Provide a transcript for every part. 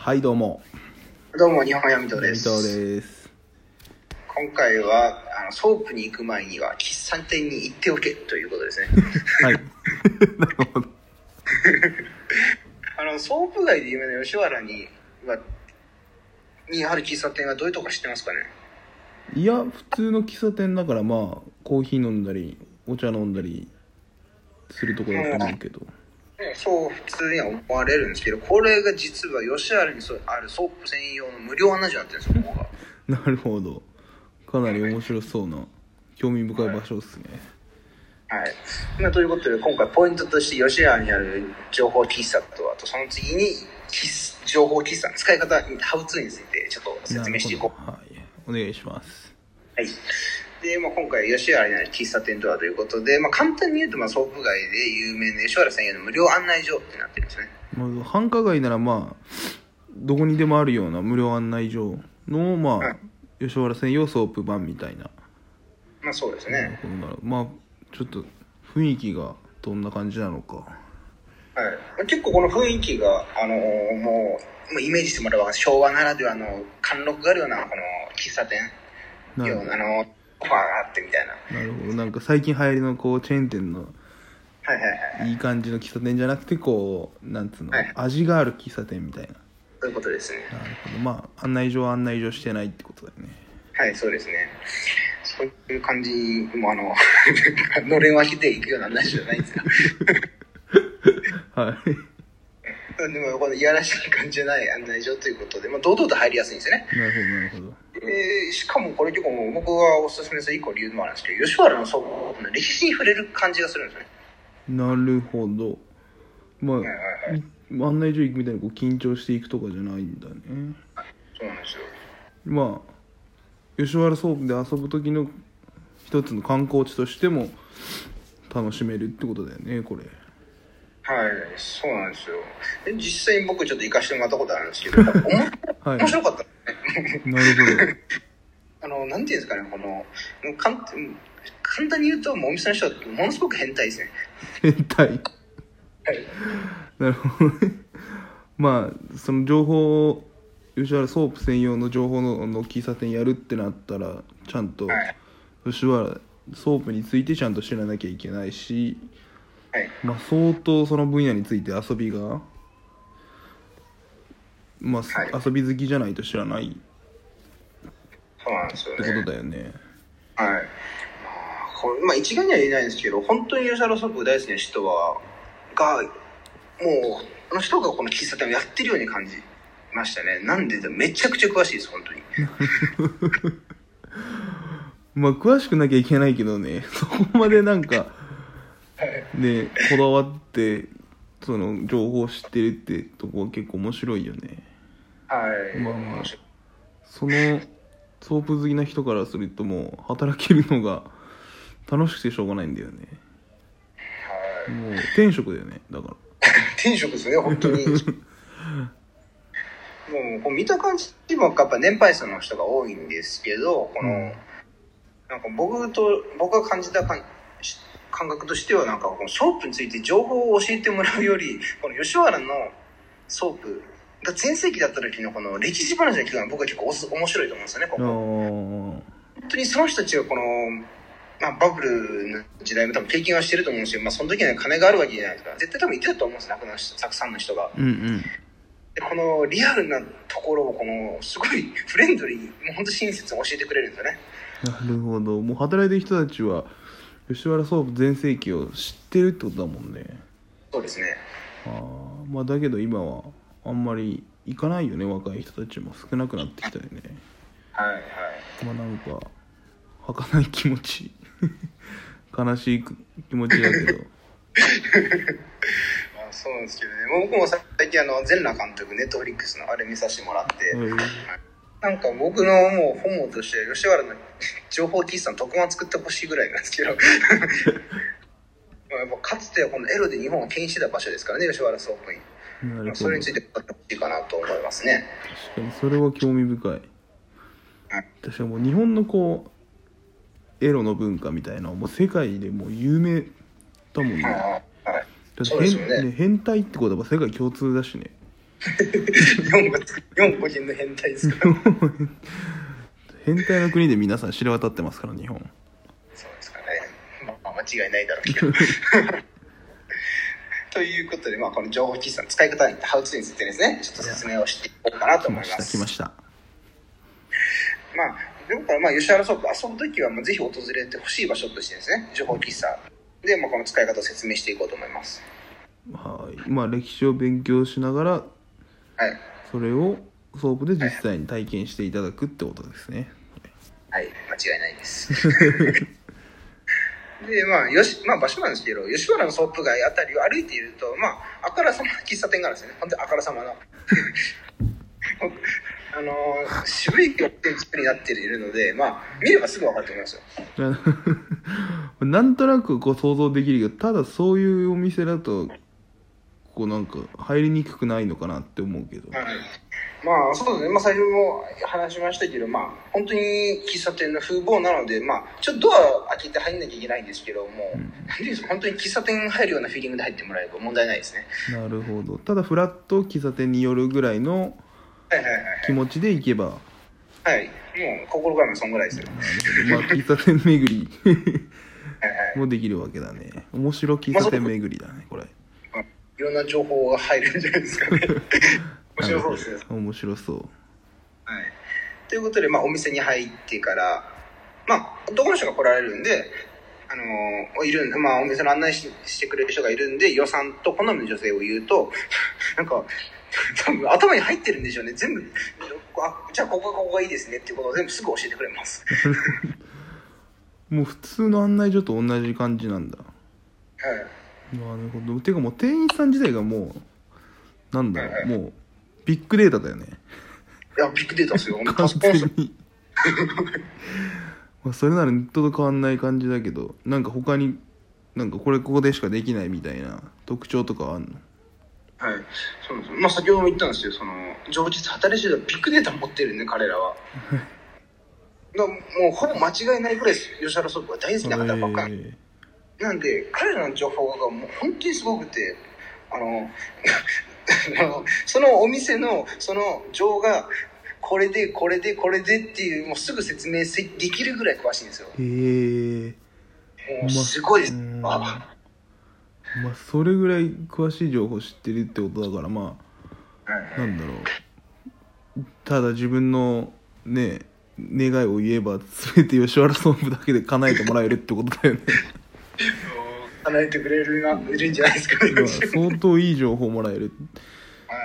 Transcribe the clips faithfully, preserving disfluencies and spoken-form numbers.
はいどうもどうも日本ヤミトです。 ヤミトです。 今回はあのソープに行く前には喫茶店に行っておけということですね。 はいなるほどあのソープ街で有名な吉原にはにある喫茶店はどういうとこか知ってますかね。 いや普通の喫茶店だからまあコーヒー飲んだりお茶飲んだりするところだと思うけど、 そう普通には思われるんですけど、これが実は吉原にあるソープ専用の無料案内所になってるんですよ。ここがなるほど、かなり面白そうな興味深い場所ですね。 はい、はいまあ、ということで今回ポイントとして吉原にある情報喫茶とあとその次に情報喫茶の使い方ハウツーについてちょっと説明していこう。 はい、お願いします。 はいでまあ、今回吉原にある喫茶店とはということで、まあ、簡単に言うとまあソープ街で有名な吉原専用の無料案内所ってなってるんですね。 まあ、繁華街ならまあどこにでもあるような無料案内所のまあ、はい、吉原専用ソープ版みたいな。 まあそうですね。 まあちょっと雰囲気がどんな感じなのか。 はい、結構この雰囲気があのー、もうイメージしてもらえば昭和ならではの貫禄があるようなこの喫茶店ようなあのオファーがあってみたいな。 なるほど、なんか最近流行りのこうチェーン店のはいはいはい、 いい感じの喫茶店じゃなくてこうなんつうの、 はい、 味がある喫茶店みたいな。 そういうことですね。 なるほど、まあ案内所は案内所してないってことだよね。 はいそうですね。そういう感じもあののれん分けていくような案内所じゃないんですよはいでもこのいやらしい感じじゃない案内所ということで、まあ、堂々と入りやすいんですよね。 なるほどなるほど。 えー、しかもこれ結構僕がおすすめする一個理由もあるんですけど、吉原の倉庫の歴史に触れる感じがするんですよね。 なるほど。まあ、はいはいはい、案内所行くみたいにこう緊張していくとかじゃないんだね。 そうなんですよ。 まあ吉原ソープで遊ぶ時の一つの観光地としても楽しめるってことだよねこれ。 はいそうなんですよ。で実際に僕ちょっと行かせてもらったことあるんですけどはい、面白かったねなるほどあのなんていうんですかね、この簡簡単に言うともうお店の人はものすごく変態ですね。 変態はいなるほどね。まあその情報を吉原ソープ専用の情報 の, の喫茶店やるってなったらちゃんと吉原ソープについてちゃんと知らなきゃいけないし、 はいまあ、相当その分野について遊びが、まあはい、遊び好きじゃないと知らないそうなんですよねってことだよね。 はい。これまあ一概には言えないんですけど、本当に吉原ソープ大好きな人はがもうあの人がこの喫茶店をやってるように感じましたね。なんでめちゃくちゃ詳しいです本当にまあ詳しくなきゃいけないけどね、そこまでなんかねこだわってその情報を知ってるってとこは結構面白いよね。 はいまあまあそのソープ好きな人からするともう働けるのが楽しくてしょうがないんだよね。はいもう天職だよねだから天職ですね本当にもうこう見た感じもやっぱ年配層の人が多いんですけど、この、うん、なんか僕と僕が感じた感感覚としてはなんかこのソープについて情報を教えてもらうよりこの吉原のソープが全盛期だった時のこの歴史話の聞くのは僕は結構お面白いと思うんですよね。ここ本当にその人たちがこの、まあ、バブルの時代も多分経験はしてると思うんですよ。まあその時には金があるわけじゃないですか。絶対多分言ってたと思うんですよ、亡くなったたくさんの人が。 うんうんでこのリアルなところをこのすごいフレンドリーにもう本当親切に教えてくれるんですよね。 なるほど、もう働いてる人たちは吉原ソープ全盛期を知ってるってことだもんね。 そうですね。 あまあだけど今はあんまり行かないよね、若い人たちも少なくなってきたよね。 はいはい。 まあなんか儚い気持ち悲しい気持ちだけどまあそうなんですけどね、僕も最近あの全裸監督ネットフリックスのあれ見させてもらって、うん、なんか僕のもう本望として吉原の情報喫茶の特番作ってほしいぐらいなんですけどやっぱかつてはこのエロで日本を牽引してた場所ですからね、吉原ソープに。まあ、それについて語ってほしいかなと思いますね。 確かにそれは興味深い。確かにもう日本のこうエロの文化みたいなもう世界でもう有名だもんね。 はいはい、 だって変、ね、変態ってことは世界共通だしね。 日本が作る日本個人の変態ですから変態の国で皆さん知れ渡ってますから日本。 そうですかね、まあ、間違いないだろうけどということで、まあ、この情報喫茶の使い方にハウツーについてですねちょっと説明をしていこうかなと思います。 来ました来ました。 まあだからまあ吉原ソープ遊ぶときはもうぜひ訪れてほしい場所としてですね情報喫茶で、まあ、この使い方を説明していこうと思います。 はい、まあ歴史を勉強しながら、 はい、 それをソープで実際に体験していただくってことですね。 はい、間違いないですで、まあよし、まあ、場所なんですけど吉原のソープ街あたりを歩いていると、まあ、あからさまな喫茶店があるんですよね。本当にあからさまなあのー、渋い建築になっているので、まあ、見ればすぐ分かると思いますよなんとなくこう想像できるけど、ただそういうお店だとこうなんか入りにくくないのかなって思うけど、 はい、まあそうですね、まあ、最初も話しましたけど、まあ、本当に喫茶店の風貌なので、まあ、ちょっとドア開けて入んなきゃいけないんですけども、うん、本当に喫茶店入るようなフィーリングで入ってもらえば問題ないですね。なるほど。ただフラッと喫茶店に寄るぐらいの気持ちで行けば、 はいはいはい、もう心からもそんぐらいですよ。 まあ喫茶店巡りもできるわけだね。面白喫茶店巡りだねこれ。 いろんな情報が入るんじゃないですかね面白そうですね。 面白そう。 はい。ということで、まあ、お店に入ってから、まあ、男の人が来られるんで、あのー、いるんで、まあ、お店の案内 し, してくれる人がいるんで、予算と好みの女性を言うと、なんか、多分頭に入ってるんでしょうね。全部、あ、じゃあここがここがいいですねっていうことを全部すぐ教えてくれます。 もう普通の案内所と同じ感じなんだ。 はい。 なるほど。てかもう店員さん自体がもうなんだろう、はいはい、もうビッグデータだよね。 いやビッグデータですよ完全にまあそれならネットと変わんない感じだけど、なんか他になんかこれここでしかできないみたいな特徴とかあんの？ はい、そうです。まあ先ほども言ったんですよ、その常日働いてるビッグデータ持ってるね彼らはもうほぼ間違いないぐらい吉原ソープが大好きな方ばっかり、えーなんで彼らの情報がもう本当にすごくて、あのそのお店のその情がこれでこれでこれでっていうもうすぐ説明できるぐらい詳しいんですよ。 へえ。 もうすごいです。 まあ、まあそれぐらい詳しい情報知ってるってことだから、まあ、はいはい、なんだろう。ただ自分のね願いを言えば全て吉原ソープだけで叶えてもらえるってことだよね。 叶えてくれるな、いるんじゃないですかね。 相当いい情報もらえる。はい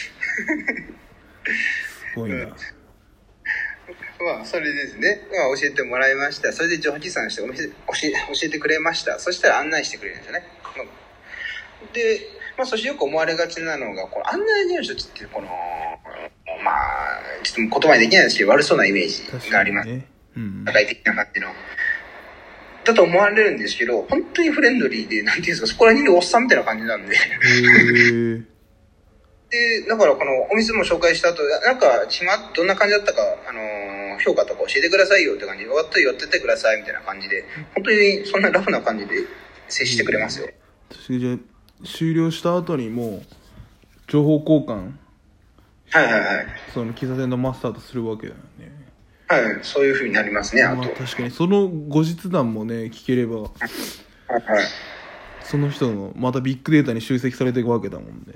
すごいな。うん、まあそれですね、まあ、教えてもらいました。それで情報持参してお店教え、教えてくれました。そしたら案内してくれるんですよね。で、まあ、そしてよく思われがちなのがこの案内人の人ってこのまあちょっと言葉にできないんですけど悪そうなイメージがあります、ねうん、社会的な感じのだと思われるんですけど、本当にフレンドリーで、なんていうんですか、そこら辺にいるおっさんみたいな感じなんで。へで、だからこのお店も紹介した後、なんか、暇、どんな感じだったか、あのー、評価とか教えてくださいよって感じで、終わったら寄ってってくださいみたいな感じで、本当にそんなラフな感じで接してくれますよ。 私じゃあ、終了した後にもう、情報交換。 はいはいはい。 その喫茶店のマスターとするわけだよね。 はい、そういう風になりますね。あと、まあ、 確かにその後日談もね聞ければ、はいはい、その人のまたビッグデータに集積されていくわけだもんね。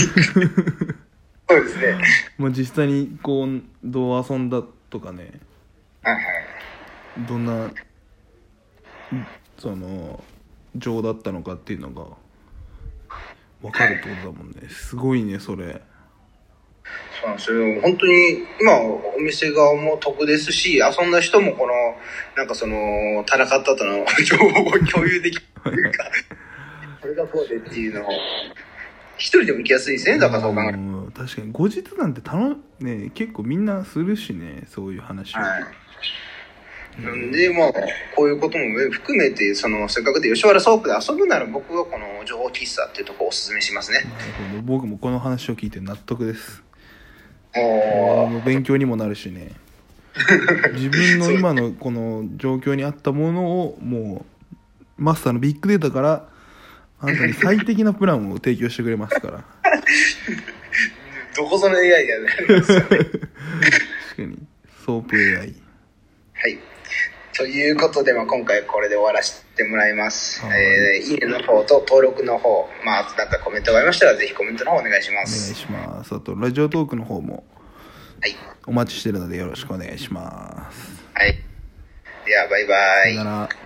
そうですね。 まあ実際にこうどう遊んだとかね、 はいはい、 どんなその情だったのかっていうのが分かるってことだもんね。すごいねそれ。 そうなんですよ。本当に今お店側も得ですし、遊んだ人もこのなんかその戦った後の情報を共有できるというかこれがこうでっていうのを一人でも行きやすいですね。だからそう考えると確かに後日なんてたの、ね、結構みんなするしね、そういう話を、はい、 なんでまあこういうことも含めてそのせっかくで吉原ソープで遊ぶなら僕はこの情報喫茶っていうところをおすすめしますね。なるほど、僕もこの話を聞いて納得です。もう勉強にもなるしね。自分の今のこの状況に合ったものをもうマスターのビッグデータからあなたに最適なプランを提供してくれますから。 どこぞの エーアイ がなりますよね。 確かにソープ エーアイ。 はい。ということで、まあ、今回これで終わらせてもらいます。はい、えー、いいねの方と登録の方、まあ、あとなんかコメントがありましたら、ぜひコメントの方お願いします。 お願いします。あと、ラジオトークの方も、 はい。 お待ちしてるのでよろしくお願いします。 はい。では、バイバイ。 さよなら。